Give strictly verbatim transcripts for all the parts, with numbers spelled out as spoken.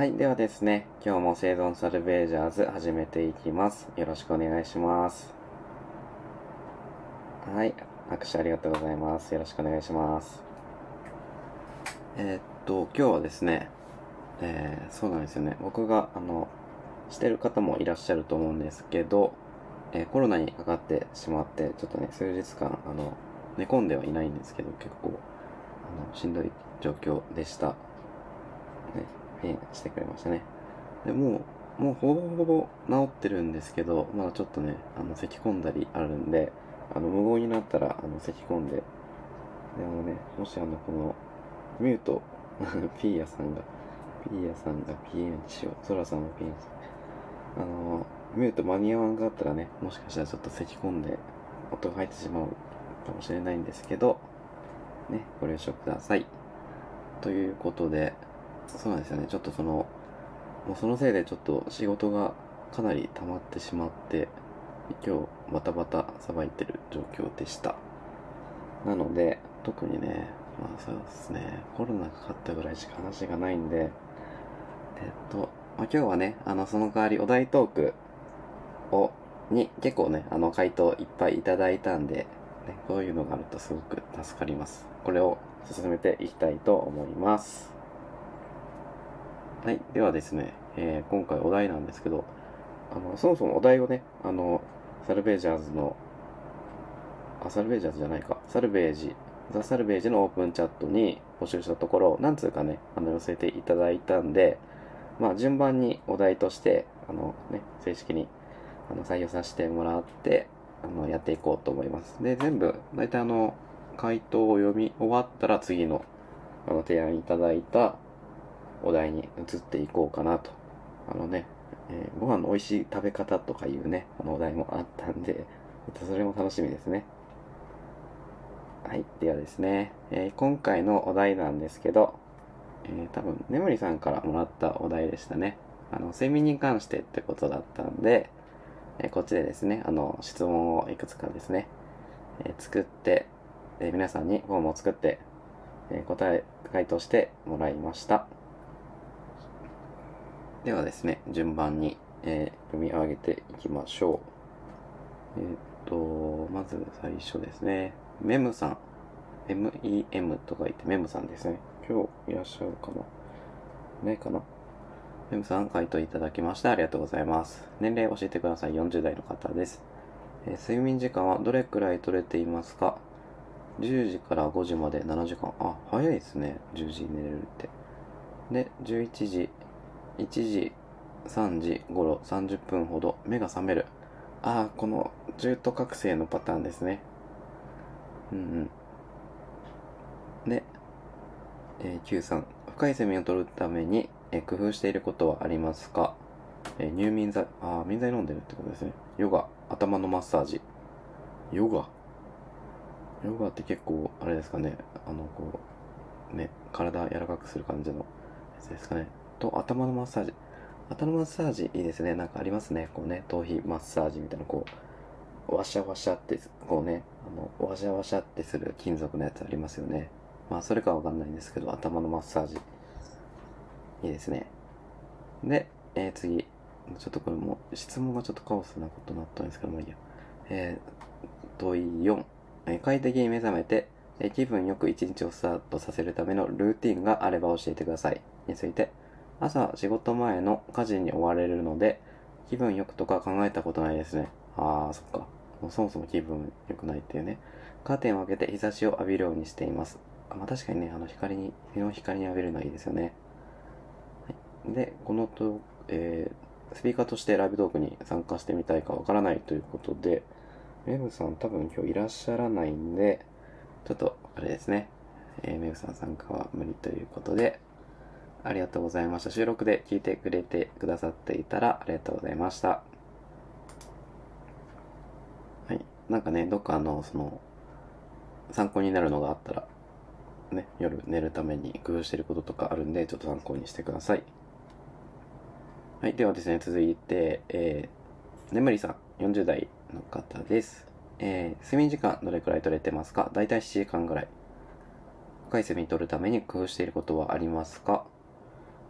はい。ではですね、今日も生存サルベージャーズ始めていきます。よろしくお願いします。はい。拍手ありがとうございます。よろしくお願いします。えー、っと、今日はですね、えー、そうなんですよね。僕が、あの、してる方もいらっしゃると思うんですけど、えー、コロナにかかってしまって、ちょっとね、数日間、あの、寝込んではいないんですけど、結構、あの、しんどい状況でした。ね、フィンしてくれましたね。でもう、もうほぼほぼ治ってるんですけど、まだちょっとね、あの、咳込んだりあるんで、あの、無言になったら、あの、咳込んで、で、あのね、もしあの、この、ミュート、ピーヤさんが、ピーヤさんがピーヤにしよう、ソラさんもピーヤにしよう。あの、ミュート間に合わんかったらね、もしかしたらちょっと咳込んで、音が入ってしまうかもしれないんですけど、ね、ご了承ください。ということで、そうなんですよね、ちょっとその、もうそのせいでちょっと仕事がかなり溜まってしまって、今日バタバタさばいてる状況でした。なので、特にね、まあそうですね、コロナかかったぐらいしか話がないんで、えっと、まあ、今日はね、あの、その代わりお題トークを、に結構ね、あの、回答いっぱいいただいたんで、ね、こういうのがあるとすごく助かります。これを進めていきたいと思います。はい。ではですね、えー、今回お題なんですけど、あの、そもそもお題をね、あの、サルベージャーズの、あ、サルベージャーズじゃないか、サルベージ、ザ・サルベージのオープンチャットに募集したところ、何通かね、あの、寄せていただいたんで、まあ、順番にお題として、あの、ね、正式に、あの、採用させてもらって、あの、やっていこうと思います。で、全部、大体あの、回答を読み終わったら次の、あの、提案いただいたお題に移っていこうかなと。あのね、えー、ご飯の美味しい食べ方とかいうね、あのお題もあったんで、それも楽しみですね。はい。ではですね、えー、今回のお題なんですけど、えー、多分、ねむりさんからもらったお題でしたね。あの、睡眠に関してってことだったんで、えー、こっちでですね、あの、質問をいくつかですね、えー、作って、えー、皆さんにフォームを作って、えー、答え、回答してもらいました。ではですね、順番に、えー、読み上げていきましょう。えー、っと、まず最初ですね。メムさん。エムイーエム と書いてメムさんですね。今日いらっしゃるかな、ねかな。メムさん、回答いただきましてありがとうございます。年齢教えてください。よんじゅう代の方です。えー、睡眠時間はどれくらい取れていますか？ じゅう 時からごじまでななじかん。あ、早いですね。じゅうじに寝れるって。で、じゅういちじ、いちじ、さんじ頃さんじゅっぷんほど目が覚める。ああ、この中途覚醒のパターンですね。うんうん。で、えー、きゅうさん。深い睡眠をとるために、えー工夫していることはありますか？えー入眠剤、ああ、眠剤飲んでるってことですね。ヨガ、頭のマッサージ。ヨガヨガって結構、あれですかね。あの、こう、ね、体柔らかくする感じのやつですかね。と、頭のマッサージ。頭のマッサージいいですね。なんかありますね。こうね、頭皮マッサージみたいな、こう、ワシャワシャって、こうね、あの、ワシャワシャってする金属のやつありますよね。まあ、それかわかんないんですけど、頭のマッサージ。いいですね。で、えー、次。ちょっとこれも、質問がちょっとカオスなことになったんですけども、いいや。えー、問いよん。えー快適に目覚めて、えー気分よく一日をスタートさせるためのルーティンがあれば教えてください。について、朝仕事前の家事に追われるので、気分よくとか考えたことないですね。あー、そっか。もうそもそも気分良くないっていうね。カーテンを開けて日差しを浴びるようにしています。あ、まあ、確かにね、あの光に、日の光に浴びるのはいいですよね。で、このと、えー、スピーカーとしてライブトークに参加してみたいかわからないということで、メグさん多分今日いらっしゃらないんで、ちょっと、あれですね、えー、メグさん参加は無理ということで、ありがとうございました。収録で聞いてくれてくださっていたらありがとうございました。はい。なんかね、どっかあの、その、参考になるのがあったら、ね、夜寝るために工夫してることとかあるんで、ちょっと参考にしてください。はい。ではですね、続いて、えー、眠りさん、よんじゅう代の方です。えー、睡眠時間どれくらい取れてますか？だいたいしちじかんぐらい。深い睡眠取るために工夫していることはありますか？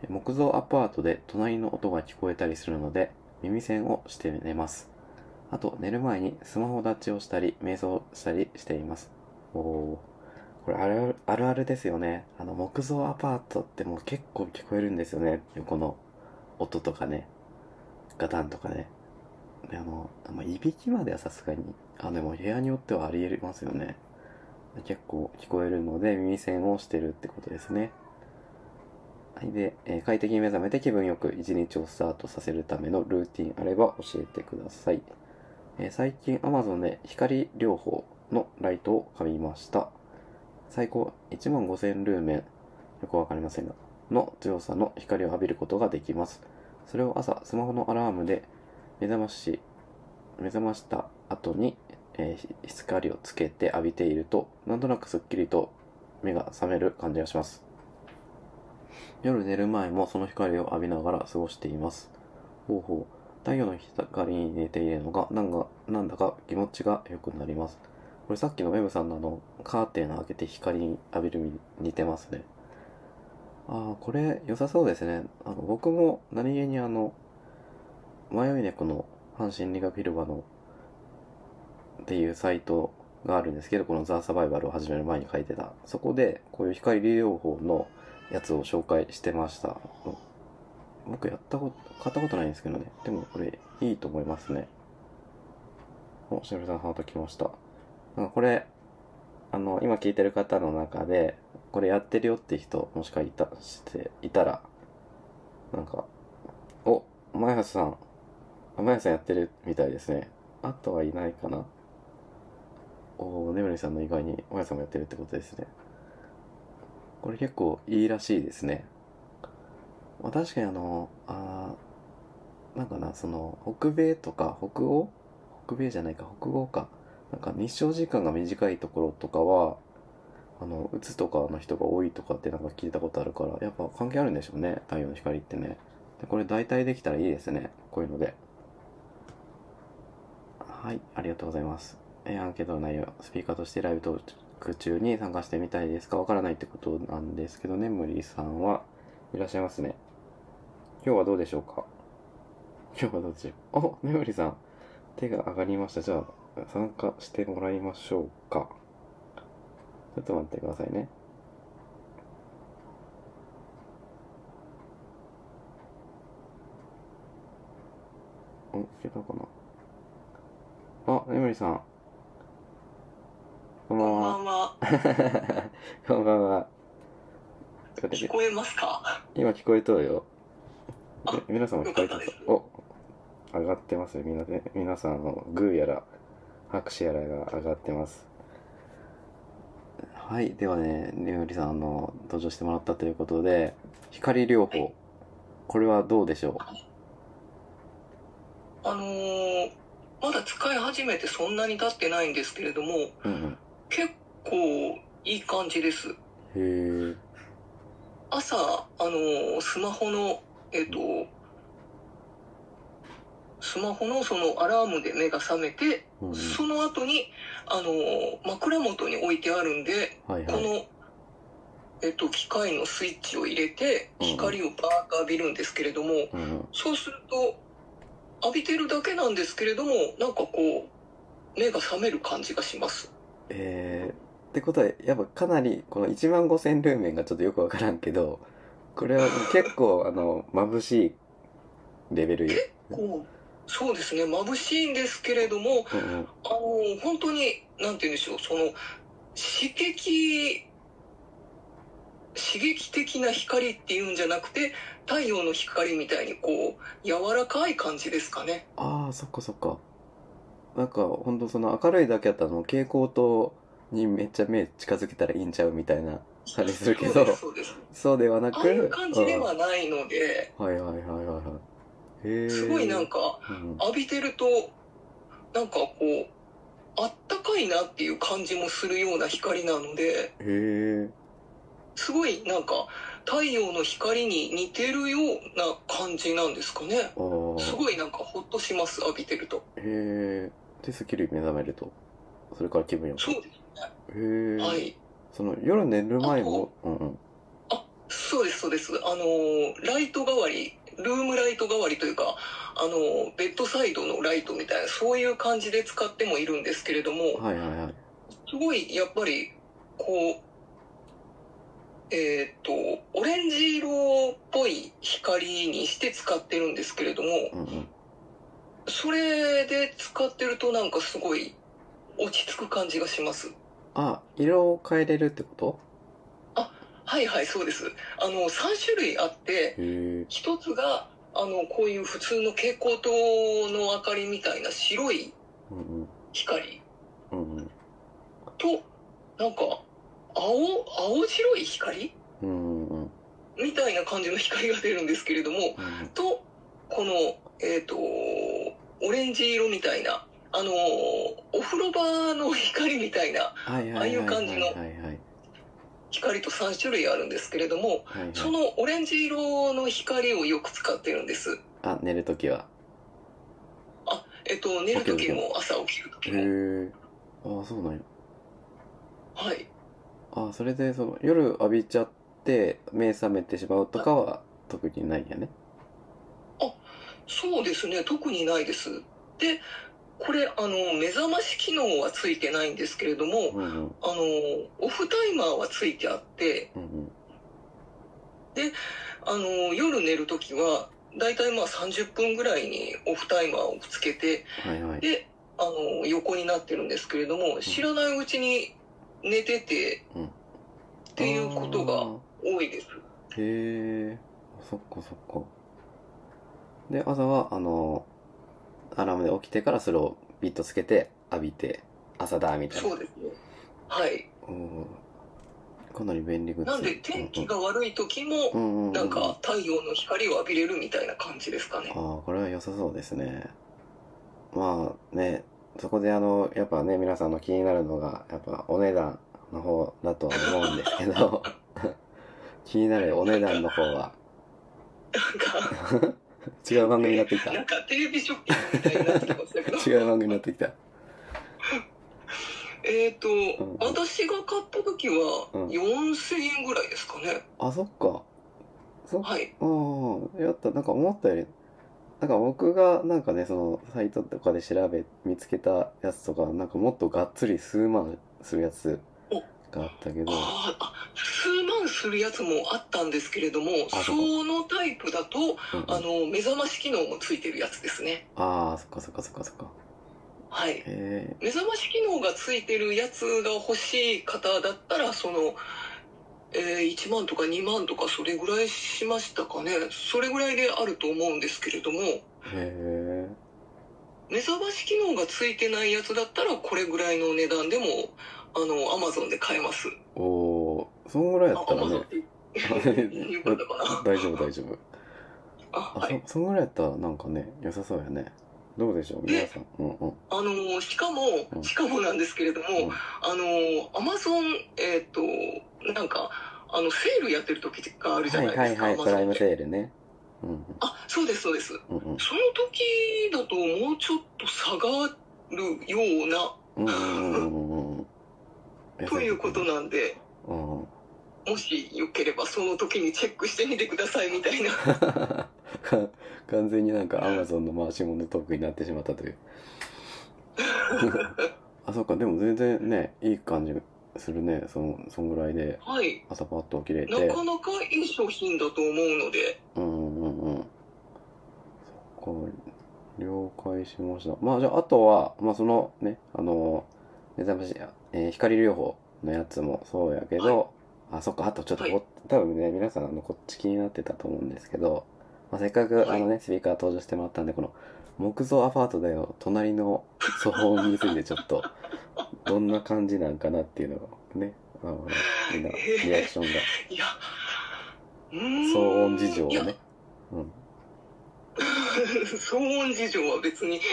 木造アパートで隣の音が聞こえたりするので耳栓をして寝ます。あと寝る前にスマホ立ちをしたり瞑想したりしています。おお、これあるあるあるあるですよね。あの木造アパートってもう結構聞こえるんですよね。横の音とかね、ガタンとかね。で、あの、まあ、いびきまではさすがに、あ、でも部屋によってはありえますよね。結構聞こえるので耳栓をしてるってことですね。はい。で、えー快適に目覚めて気分よく一日をスタートさせるためのルーティンあれば教えてください。えー最近 Amazon で光療法のライトを買いました。最高いちまんごせんルーメン、よくわかりませんが、の強さの光を浴びることができます。それを朝、スマホのアラームで目覚まし、目覚ました後に、えー光をつけて浴びていると、なんとなくすっきりと目が覚める感じがします。夜寝る前もその光を浴びながら過ごしています。ほうほう。太陽の光に寝ているのが、なんか、なんだか気持ちが良くなります。これさっきのウェブさんのあの、カーテンを開けて光に浴びるに似てますね。ああ、これ良さそうですね。あの、僕も何気にあの、迷い猫の阪神理学広場のっていうサイトがあるんですけど、このザ・サバイバルを始める前に書いてた。そこで、こういう光療法のやつを紹介してました。僕やったこと、買ったことないんですけどね。でもこれいいと思いますね。お、しのぶさんハート来ました。なんかこれ、あの、今聞いてる方の中で、これやってるよって人、もしかいた、していたら、なんか、お、前橋さん、あ、前橋さんやってるみたいですね。あとはいないかな。おー、ねむりさんの意外に前橋さんもやってるってことですね。これ結構いいらしいですね。まあ、確かにあの、あー、なんかな、その、北米とか北欧北米じゃないか、北欧か。なんか日照時間が短いところとかは、あの、うつとかの人が多いとかってなんか聞いたことあるから、やっぱ関係あるんでしょうね、太陽の光ってね。で、これ代替できたらいいですね、こういうので。はい、ありがとうございます。えーアンケートの内容、スピーカーとしてライブトーク中に参加してみたいですかわからないってことなんですけどね、無理さんはいらっしゃいますね。今日はどうでしょうか。今日はどうでしょう。お、ねむりさん、手が上がりました。じゃあ、参加してもらいましょうか。ちょっと待ってくださいね。お、いけたかな。あ、ねむりさん。こんばんは。 こんばんは。 こんばんは。 聞こえますか？ 今聞こえとるよ。 あ、 皆さんも聞こえてます。お、上がってますよ。みんなで、皆さんのグーやら拍手やらが上がってます。はい。ではね、ねむりさん、あの、登場してもらったということで、光療法。はい、これはどうでしょう。あのー、まだ使い始めてそんなに経ってないんですけれども、うんうん、結構いい感じです。へえ。 朝、あのー、スマホの、えっと、スマホのそのアラームで目が覚めて、うんうん、その後に、あのー、枕元に置いてあるんで、はいはい、この、えっと、機械のスイッチを入れて光をバーッと浴びるんですけれども、うんうん、そうすると浴びてるだけなんですけれども、なんかこう目が覚める感じがします。 えー、ってことはやっぱかなりこのいちまんごせんルーメンがちょっとよくわからんけど、これは結構あの眩しいレベルよ。 結構そうですね、眩しいんですけれども、うんうん、あの本当になんて言うんでしょう、その刺激刺激的な光っていうんじゃなくて、太陽の光みたいにこう柔らかい感じですかね。 ああ、そっかそっか。なんかほんとその明るいだけやったらの蛍光灯にめっちゃ目近づけたらいいんちゃうみたいな感じするけど、 そうです、 そうではなく、 ああいう感じではないので、 はいはいはいはいはい。へえ。 すごいなんか、うん、浴びてるとなんかこうあったかいなっていう感じもするような光なので、へえ。すごいなんか太陽の光に似てるような感じなんですかね。すごいなんかホッとします、浴びてると。 へえ。で、スッキリ目覚めると。それから気分よく。 そうですね。 へえ。 はい。 その夜寝る前も、うんうん。 あ、 そうですそうです。あのライト代わり、ルームライト代わりというか、あのベッドサイドのライトみたいな、そういう感じで使ってもいるんですけれども、 はいはいはい。 すごいやっぱりこうえっとオレンジ色っぽい光にして使ってるんですけれども、 うんうん、 それで使ってるとなんかすごい落ち着く感じがします。 あ、色を変えれるってこと？ あ、はいはい、そうです。あのさん種類あって、一つがあのこういう普通の蛍光灯の明かりみたいな白い光、うんうん、となんか青青白い光、うんうん、みたいな感じの光が出るんですけれども、うん、とこのえっとオレンジ色みたいな、あのお風呂場の光みたいな、ああいう感じの光とさん種類あるんですけれども、はいはい、そのオレンジ色の光をよく使ってるんです。 あ、寝るときは？ あ、えっと寝るときも朝起きるときも。へえ。あ、そうなんや。 はい。 あ、それでその夜浴びちゃって目覚めてしまうとかは特にないんやね。 あ、そうですね、特にないです。で、これあの目覚まし機能はついてないんですけれども、うんうん、あのオフタイマーはついてあって、うんうん、であの夜寝るときはだいたいまあさんじゅっぷんぐらいにオフタイマーをつけて、はいはい、であの横になってるんですけれども、知らないうちに寝てて、うん、っていうことが多いです。 へえ、そっかそっか。で朝はあのアラームで起きてからそれをビッとつけて浴びて朝だみたいな。 そうですね、はい。 かなり便利グッズなんで天気が悪い時もなんか太陽の光を浴びれるみたいな感じですかね。 ああ、これは良さそうですね。まあね、そこであのやっぱね皆さんの気になるのがやっぱお値段の方だとは思うんですけど気になるお値段の方はなんか違う番組になってきた。 なんかテレビショッピングみたいになってきましたけど違う番組になってきた。 えっと、うん、私が買った時はよんせんえんぐらいですかね。 うん、あ、そっか。そっか。 はい。 ああ、やった。なんか思ったより、なんか僕がなんかね、そのサイトとかで調べ、見つけたやつとか、なんかもっとがっつり数万するやつがあったけど。 ああ、数万するやつもあったんですけれども、そのタイプだと、うんうん、あの、目覚まし機能もついてるやつですね。 ああ、そっかそっかそっかそっか。 はい、目覚まし機能がついてるやつが欲しい方だったらその、えー、いちまんとかにまんとかそれぐらいしましたかね。それぐらいであると思うんですけれども、へ目覚まし機能がついてないやつだったらこれぐらいの値段でもあのアマゾンで買えます。 おお、そんぐらいやったらねよかったかな大丈夫大丈夫。 あ、はい、 そ, そんぐらいやったらなんかね良さそうやね。どうでしょう皆さん。うんうん、 あのしかも、うん、しかもなんですけれども、うん、あのアマゾンえっ、ー、となんかあのセールやってる時があるじゃないですか。はいはいはい、 プライムセールね。 うんうん、あ、そうですそうです、うんうん、その時だともうちょっと下がるようなということなんで、うん、もしよければその時にチェックしてみてくださいみたいな完全になんかアマゾンの回し物トークになってしまったというあ、そっか。でも全然ねいい感じするね。そのそんぐらいで朝パッと起きれて、 はい、なかなかいい商品だと思うので、 うんうんうん、そっか、了解しました。まあじゃああとはまあそのねあの目覚まし、えー、光療法のやつもそうやけど、はい、あ、そっか、あとちょっと、はい、多分ね皆さんあのこっち気になってたと思うんですけど、まあ、せっかく、はい、あのねスピーカー登場してもらったんで、この木造アパートだよ隣の騒音についてちょっとどんな感じなんかなっていうのをね、あのみんなリアクションが、 いや、 騒音事情をね、うん、 騒音事情は別に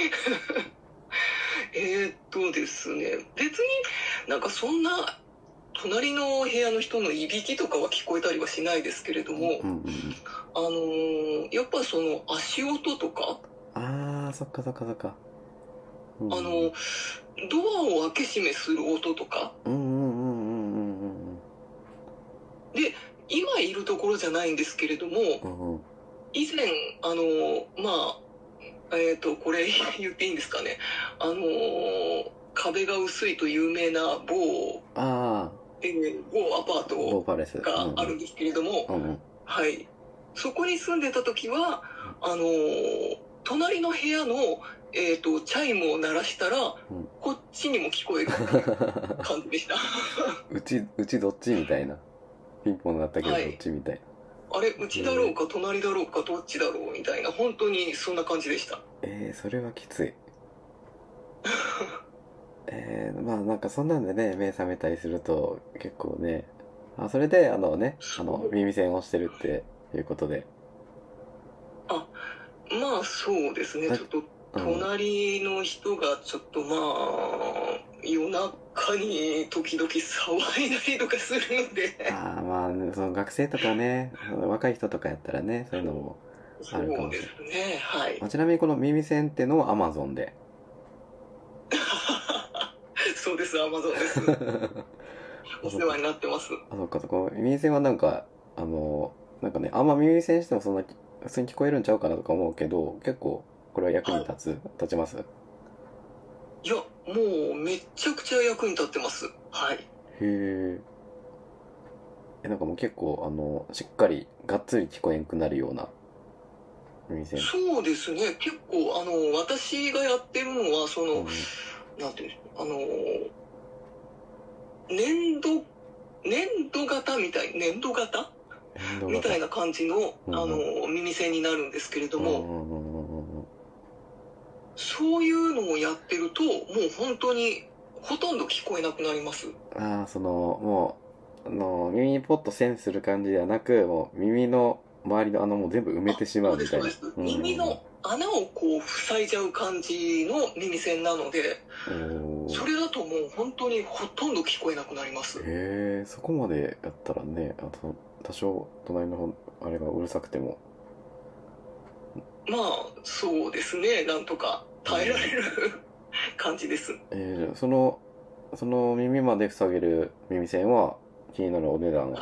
えっとですね、別になんかそんな隣の部屋の人のいびきとかは聞こえたりはしないですけれども、うんうん、あのー、やっぱその足音とか、 あー、そっかそっかそっか、 うん、あのドアを開け閉めする音とか、うんうんうんうんうんうん、で今いるところじゃないんですけれども、 うんうん、 以前、あの、まあ、えっと、これ言っていいんですかね。あの、壁が薄いと有名な某、 あえー、某アパートがあるんですけれども、 うんうん、 はい。そこに住んでた時は、あの、隣の部屋の、えっと、チャイムを鳴らしたら、うん、こっちにも聞こえるっていう感じでした。 うち、うちどっちみたいな。ピンポンになったけどどっちみたいな。 はい、あれ、うちだろうか隣だろうかどっちだろうみたいな、本当にそんな感じでした。 えー、それはきつい。えー、まあなんかそんなんでね、目覚めたりすると結構ね、あ、それであのね、あの耳栓をしてるっていうことで。 あ、まあそうですね、ちょっと隣の人がちょっとまあ、夜中に時々騒いだりとかするので。 ああ、まあ、ね、その学生とかね、若い人とかやったらね、そういうのもあるかもしれない。 そうですね、はい。 まあ、ちなみにこの耳栓ってのは Amazon で。 そうです、アマゾンです。お世話になってます。 あ、そっかそっか。耳栓はなんか、あの、なんかね、あんま耳栓してもそんな、普通に聞こえるんちゃうかなとか思うけど、結構、これは役に立つ、はい、立ちます？ いや、もうめっちゃくちゃ役に立ってます。はい。へえ。え、なんかもう結構、あの、しっかり、がっつり聞こえんくなるような耳栓。 そうですね。結構、あの、私がやってるのは、その、うん、なんていうんですか、あの、粘土、粘土型みたい、粘土型みたいな感じの、うん、あの、耳栓になるんですけれども、そういうのをやってると、もう本当に、ほとんど聞こえなくなります。 ああ、その、もう、あの、耳にポッと栓する感じではなく、もう耳の周りの穴も全部埋めてしまうみたいな。そうです、そうです。耳の穴をこう塞いじゃう感じの耳栓なので、それだともう本当にほとんど聞こえなくなります。へえ、そこまでやったらね、あと多少隣のあれがうるさくても。 まあ、そうですね、なんとか耐えられる、うん、感じです。 えー、その、その耳まで塞げる耳栓は気になるお値段は？ はい。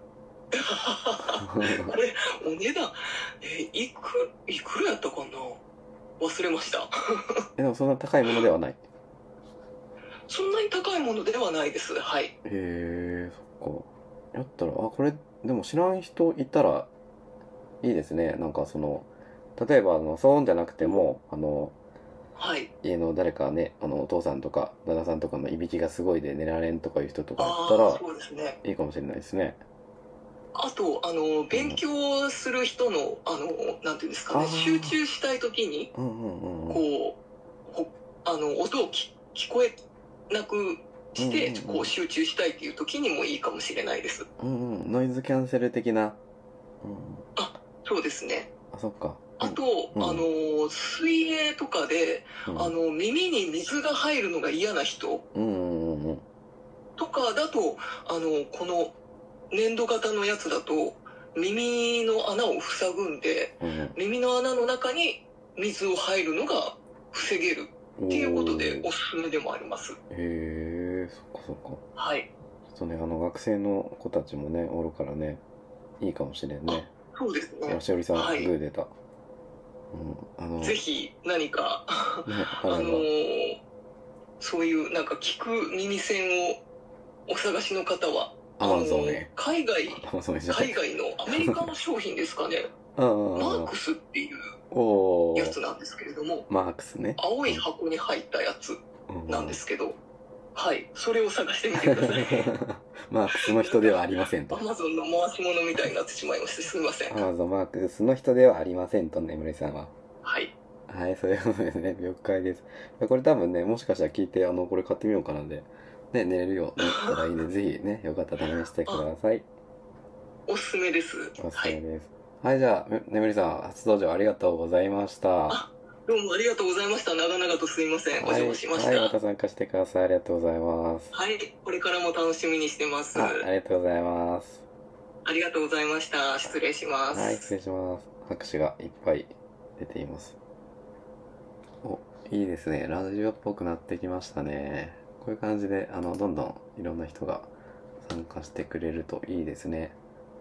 これ、お値段、えー、いく、いくらやったかな、忘れました。 え、でもそんな高いものではない？ そんなに高いものではないです。はい。へえ、そっか。やったら、あ、これ、でも知らん人いたらいいですね。なんかその、例えば、あの、騒音じゃなくても、あの、 はい、 家の誰かね、あのお父さんとか旦那さんとかのいびきがすごいで寝られんとかいう人とかやったら、そうですね、いいかもしれないですね。 あと、あの、勉強する人の、うん、あの、なんていうんですかね、集中したいときに、うんうんうん、こう、あの、音をき聞こえなくして、うんうんうん、こう集中したいっていうときにもいいかもしれないです。 うんうん、ノイズキャンセル的な。うん、 あ、そうですね。 あ、そっか。 あと、うん、あの、水泳とかで、うん、あの、耳に水が入るのが嫌な人、うんうんうん、とかだと、あの、この粘土型のやつだと、耳の穴を塞ぐんで、うん、耳の穴の中に水を入るのが防げるっていうことでおすすめでもあります。へえ、そっかそっか。 はい。 ちょっとね、あの、学生の子たちもね、おるからね、いいかもしれんね。 そうですね。 しおりさん、はい、グー出た。 うん、あのぜひ何か、ね、あのー、そういうなんか聞く耳栓をお探しの方は、 アマゾンね、 海外、海外のアメリカの商品ですかね。マークスっていうやつなんですけれども、 マークスね、 青い箱に入ったやつなんですけど、うん、はい、それを探してみてください。 マークスの人ではありませんと。 アマゾンの回し物みたいになってしまいまして、すみません。 アマゾンマークスの人ではありませんとね、村井さんは。 はい。 はい、そういうことですね。了解です。これ多分ね、もしかしたら聞いて、あの、これ買ってみようかなんで、ね、寝れるようになったらいいんで、ぜひね、よかったら試してください。 おすすめです。 おすすめです。はい、はい、じゃあ、ねむりさん、初登場ありがとうございました。 あ、どうもありがとうございました。長々とすみません。お邪魔しました。 はい、はい、また参加してください。ありがとうございます。 はい、これからも楽しみにしてます。 あ、ありがとうございます。 ありがとうございました。失礼します。 はい、失礼します。拍手がいっぱい出ています。お、いいですね。ラジオっぽくなってきましたね。こういう感じで、あの、どんどんいろんな人が参加してくれるといいですね。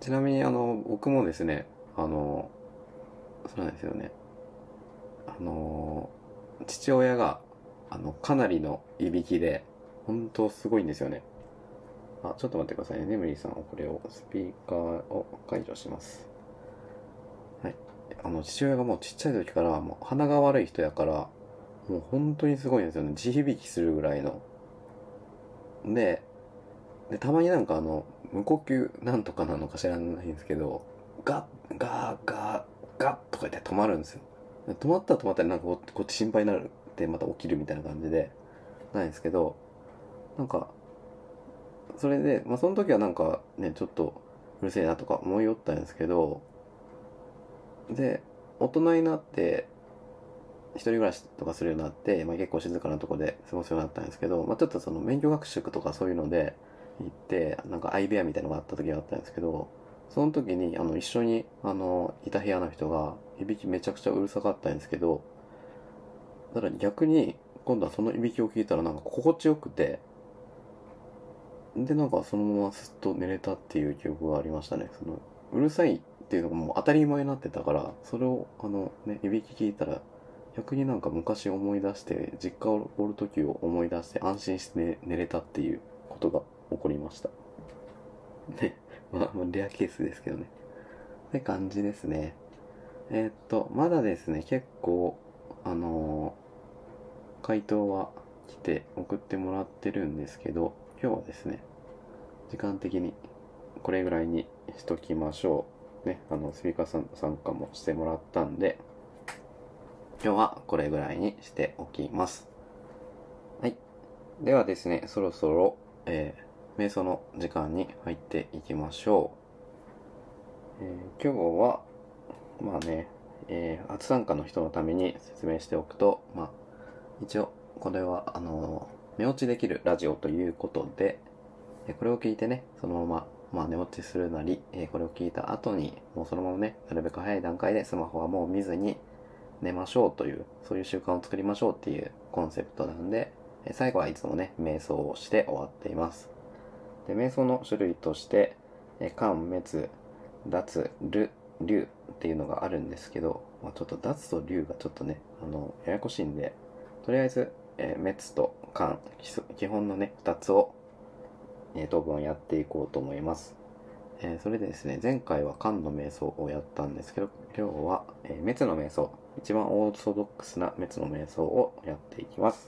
ちなみにあの僕もですね、あのそうなんですよね、あの父親があのかなりのいびきで本当すごいんですよね。あ、ちょっと待ってくださいね、ネムリーさん。これをスピーカーを解除します。はい。あの父親がもうちっちゃい時からもう鼻が悪い人やから、もう本当にすごいんですよね。地響きするぐらいの。ででたまになんかあの無呼吸なんとかなのか知らないんですけど、ガッガーガーガッとか言って止まるんですよ。止まったら止まったらなんかこっち心配になるってまた起きるみたいな感じでないんですけど、なんかそれで、まあ、その時はなんかねちょっとうるせえなとか思いよったんですけど、で大人になって一人暮らしとかするようになって、まあ、結構静かなとこで過ごすようになったんですけど、まあ、ちょっとその免許学習とかそういうので行ってなんか相部屋みたいなのがあった時があったんですけど、その時にあの一緒にあのいた部屋の人がいびきめちゃくちゃうるさかったんですけど、だから逆に今度はそのいびきを聞いたらなんか心地よくて、でなんかそのまますっと寝れたっていう記憶がありましたね。そのうるさいっていうのがもう当たり前になってたから、それをあのねいびき聞いたら逆になんか昔思い出して実家をおる時を思い出して安心して、ね、寝れたっていうことが起こりましたね。まあ、まあ、レアケースですけどねって感じですね。えー、っとまだですね結構あのー回答は来て送ってもらってるんですけど、今日はですね時間的にこれぐらいにしときましょうね。あのスピーカーさん参加もしてもらったんで今日はこれぐらいにしておきます。はい。ではですね、そろそろ、えー、瞑想の時間に入っていきましょう。えー、今日は、まあね、えー、初参加の人のために説明しておくと、まあ、一応、これは、あのー、寝落ちできるラジオということで、これを聞いてね、そのまま、まあ、寝落ちするなり、えー、これを聞いた後に、もうそのままね、なるべく早い段階でスマホはもう見ずに、寝ましょうという、そういう習慣を作りましょうっていうコンセプトなんで、最後はいつもね、瞑想をして終わっています。で、瞑想の種類として、観、滅、脱、る、流っていうのがあるんですけど、まあ、ちょっと脱と流がちょっとね、あの、ややこしいんで、とりあえず、えー、滅と観、基本のね、ふたつを、えー、当分やっていこうと思います。えー、それでですね、前回は観の瞑想をやったんですけど、今日は、えー、滅の瞑想、一番オーソドックスな滅の瞑想をやっていきます。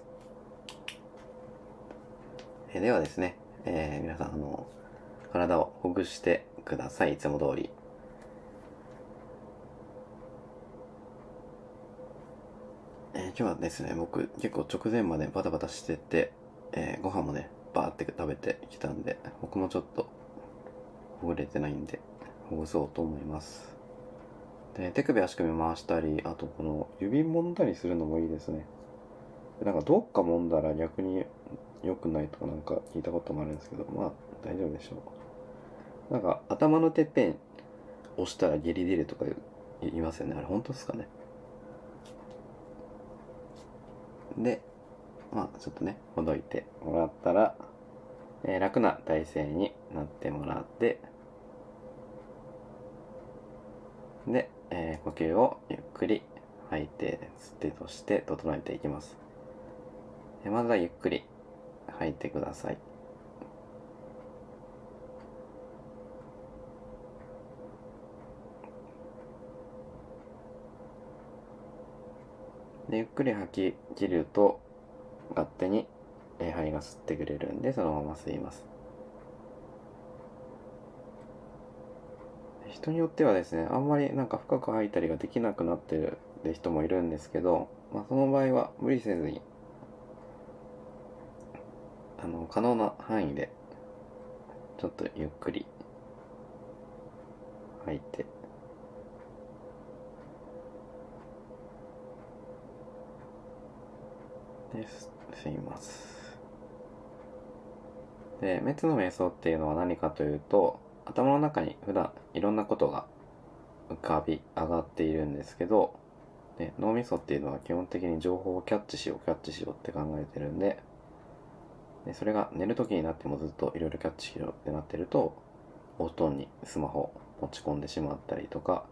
えー、ではですね、えー、皆さん、あの、体をほぐしてください。いつも通り。えー、今日はですね、僕結構直前までバタバタしてて、えー、ご飯もね、バーって食べてきたんで、僕もちょっとほぐれてないんで、ほぐそうと思います。で、手首足首回したり、あとこの指揉んだりするのもいいですね。なんかどっか揉んだら逆に良くないとかなんか聞いたこともあるんですけど、まあ大丈夫でしょう。なんか頭のてっぺん押したら下痢出るとか言いますよね。あれ本当ですかね。で、まあちょっとね、ほどいてもらったら、えー、楽な体勢になってもらって、で、えー、呼吸をゆっくり吐いて吸ってとして整えていきます。まずはゆっくり吐いてください。でゆっくり吐き切ると勝手に肺が吸ってくれるんで、そのまま吸います。人によってはですね、あんまりなんか深く吐いたりができなくなってるって人もいるんですけど、まあ、その場合は無理せずにあの可能な範囲でちょっとゆっくり吐いて、で吸います。で、滅の瞑想っていうのは何かというと、頭の中に普段いろんなことが浮かび上がっているんですけど、で脳みそっていうのは基本的に情報をキャッチしようキャッチしようって考えてるんで、でそれが寝る時になってもずっといろいろキャッチしようってなってると、お布団にスマホ落ち込んでしまったりとか、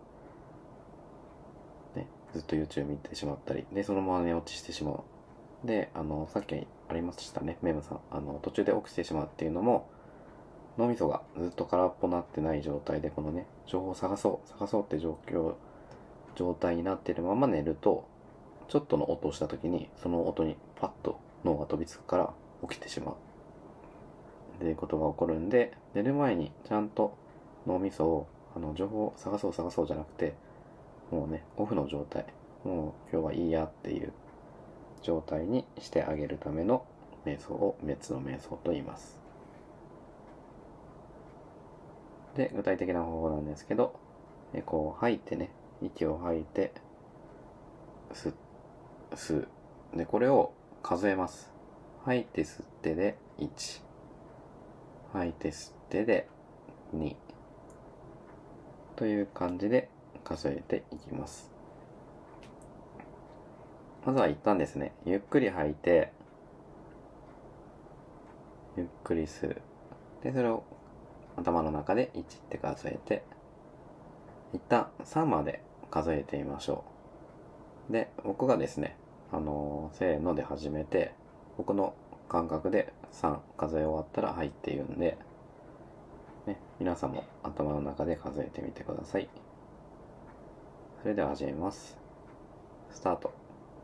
ね、ずっと YouTube 見てしまったり、で、そのまま寝落ちしてしまう。で、あの、さっきありましたね、メムさん。あの、途中で起きてしまうっていうのも、脳みそがずっと空っぽになってない状態で、このね、情報を探そう、探そうって状況、状態になっているまま寝ると、ちょっとの音をした時に、その音にパッと脳が飛びつくから起きてしまう。っていうことが起こるんで、寝る前にちゃんと脳みそを、あの、情報を探そう探そうじゃなくて、もうね、オフの状態、もう今日はいいやっていう状態にしてあげるための瞑想を滅の瞑想と言います。で、具体的な方法なんですけど、えこう吐いてね、息を吐いて、吸、吸う。で、これを数えます。吐いて吸ってでいち。吐いて吸ってでに。という感じで数えていきます。まずは一旦ですね、ゆっくり吐いて、ゆっくり吸う。で、それを頭の中でいちって数えて、一旦さんまで数えてみましょう。で、僕がですね、あのー、せーので始めて、僕の感覚でさん数え終わったらはいって言うんで、ね、皆さんも頭の中で数えてみてください。それでは始めます。スタート。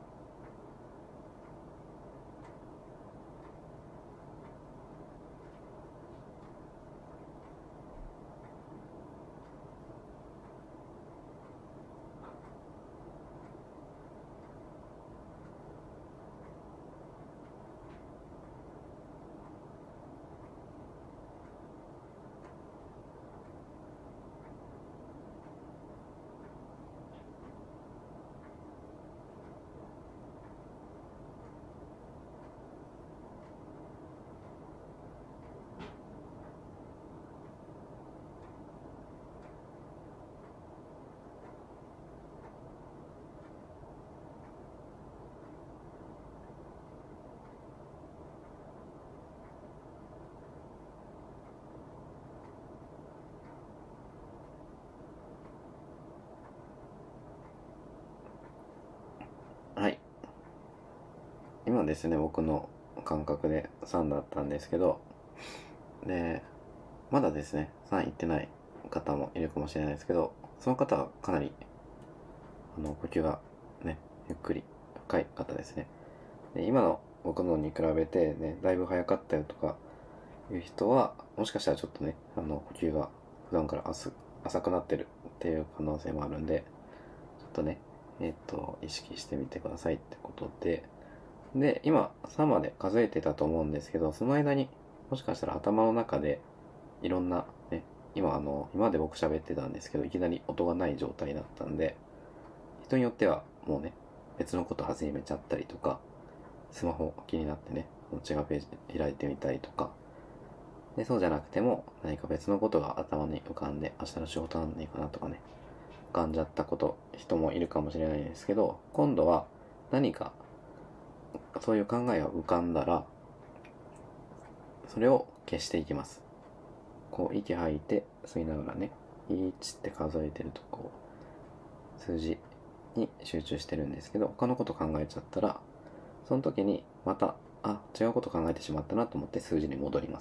はい。今ですね、僕の感覚でさんだったんですけど、で、まだですね、さんいってない方もいるかもしれないですけど、その方はかなり、あの、呼吸がね、ゆっくり深い方ですね。で、今の僕のに比べてね、だいぶ早かったよとかいう人は、もしかしたらちょっとね、あの、呼吸が普段から浅浅くなってるっていう可能性もあるんで、ちょっとね、えっと、意識してみてくださいってことで、で、今さんまで数えてたと思うんですけど、その間にもしかしたら頭の中でいろんなね、今あの、今まで僕喋ってたんですけど、いきなり音がない状態だったんで、人によってはもうね、別のこと始めちゃったりとか、スマホ気になってね、違うページ開いてみたりとか、で、そうじゃなくても何か別のことが頭に浮かんで、明日の仕事なんでいいかなとかね、浮かんじゃったこと、人もいるかもしれないですけど、今度は何かそういう考えが浮かんだら、それを消していきます。こう息吐いて吸いながらね、いちって数えてるとこう数字に集中してるんですけど、他のこと考えちゃったら、その時にまたあ違うこと考えてしまったなと思って数字に戻ります。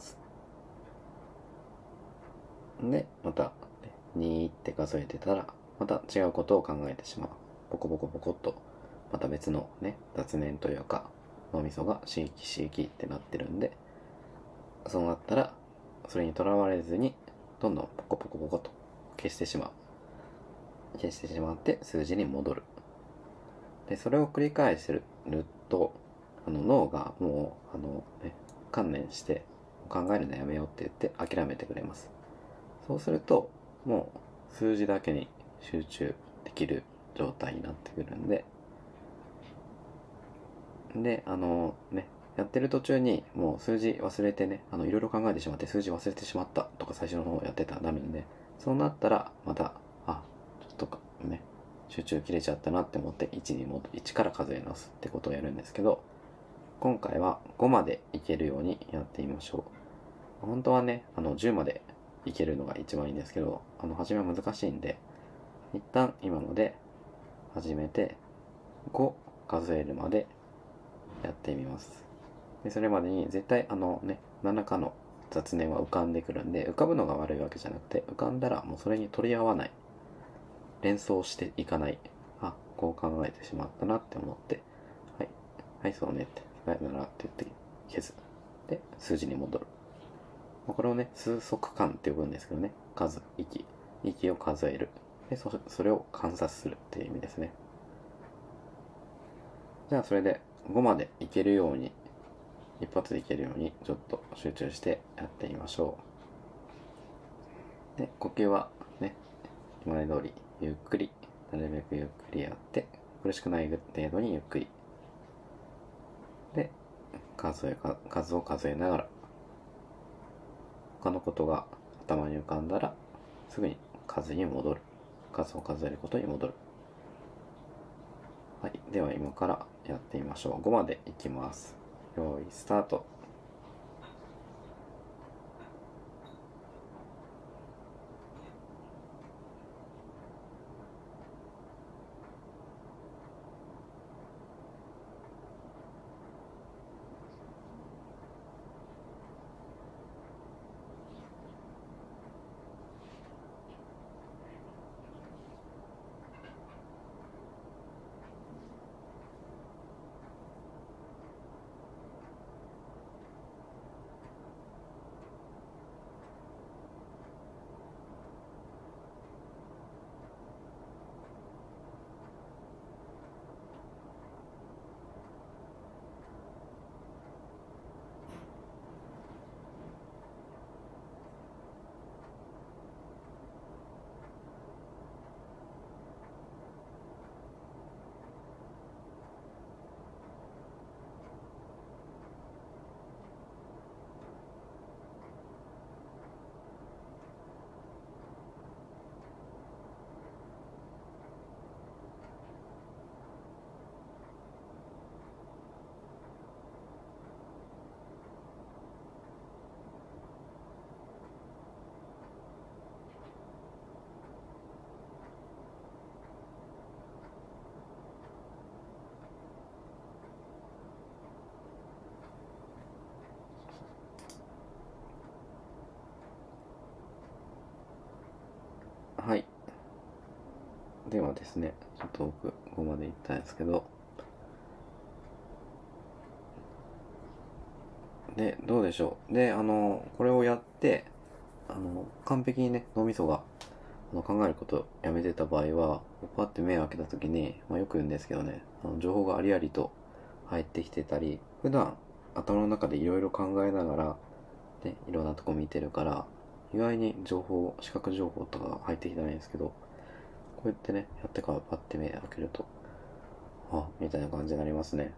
でまたにって数えてたら、また違うことを考えてしまう。ポコポコポコっとまた別のね、雑念というか脳みそが刺激刺激ってなってるんで、そうなったらそれにとらわれずにどんどんポコポコポコと消してしまう。消してしまって数字に戻る。でそれを繰り返してると、あの脳がもうあの、ね、観念して考えるのやめようって言って諦めてくれます。そうするともう数字だけに集中できる状態になってくるんで、であのねやってる途中にもう数字忘れてね、あのいろいろ考えてしまって数字忘れてしまったとか最初の方やってたらダメなんで、そうなったらまたあちょっとかね集中切れちゃったなって思っていちに戻いちから数え直すってことをやるんですけど、今回はごまでいけるようにやってみましょう。本当はねあのじゅうまでいけるのが一番いいんですけど、あの初めは難しいんで、一旦今ので始めてご数えるまでやってみます。でそれまでに絶対あのね何らかの雑念は浮かんでくるんで、浮かぶのが悪いわけじゃなくて、浮かんだらもうそれに取り合わない、連想していかない、あ、こう考えてしまったなって思って、はいはいそうねって、さよならって言って消す。で数字に戻る。これをね数息間って呼ぶんですけどね、数、息息を数える。で そ, それを観察するっていう意味ですね。じゃあそれでごまでいけるように、一発でいけるようにちょっと集中してやってみましょう。で呼吸はね今まで通りゆっくり、なるべくゆっくりやって、苦しくない程度にゆっくりで数えか数を数えながら、他のことが頭に浮かんだらすぐに数に戻る、数を数えることに戻る。はい、では今からやってみましょう。ごまでいきます。用意スタート。はい。ではですね、ちょっと僕、ここまでいったんですけど、で、どうでしょう。で、あの、これをやって、あの、完璧にね、脳みそがあの考えることをやめてた場合は、パッて目を開けた時に、まあ、よく言うんですけどね、あの情報がありありと入ってきてたり、普段頭の中でいろいろ考えながら、ね、いろんなとこ見てるから、意外に情報、視覚情報とか入ってきてないんですけど、こうやってね、やってからパッて目開けると、あ、みたいな感じになりますね。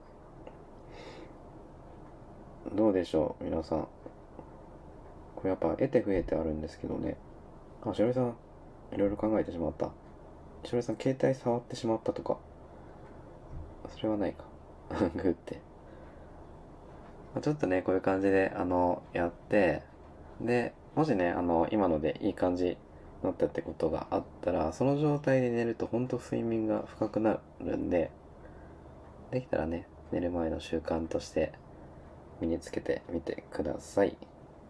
どうでしょう、皆さん。これやっぱ得て増えてあるんですけどね。あ、しおりさん、いろいろ考えてしまった。しおりさん、携帯触ってしまったとか。それはないか。グって。ちょっとね、こういう感じで、あの、やって、で、もしね、あの、今のでいい感じになったってことがあったら、その状態で寝るとほんと睡眠が深くなるんで、できたらね、寝る前の習慣として身につけてみてください。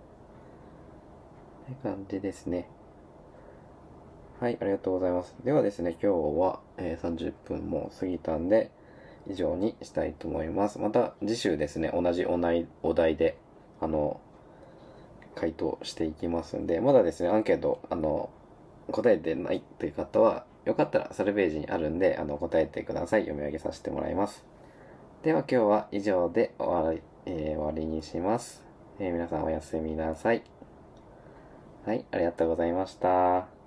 って感じですね。はい、ありがとうございます。ではですね、今日は、えー、さんじゅっぷんも過ぎたんで、以上にしたいと思います。また次週ですね、同じお題お題で、あの、回答していきますんで、まだですね、アンケート、あの、答えてないという方は、よかったらサルベージにあるんで、あの、答えてください。読み上げさせてもらいます。では今日は以上で終わり、えー、終わりにします。えー、皆さんおやすみなさい。はい、ありがとうございました。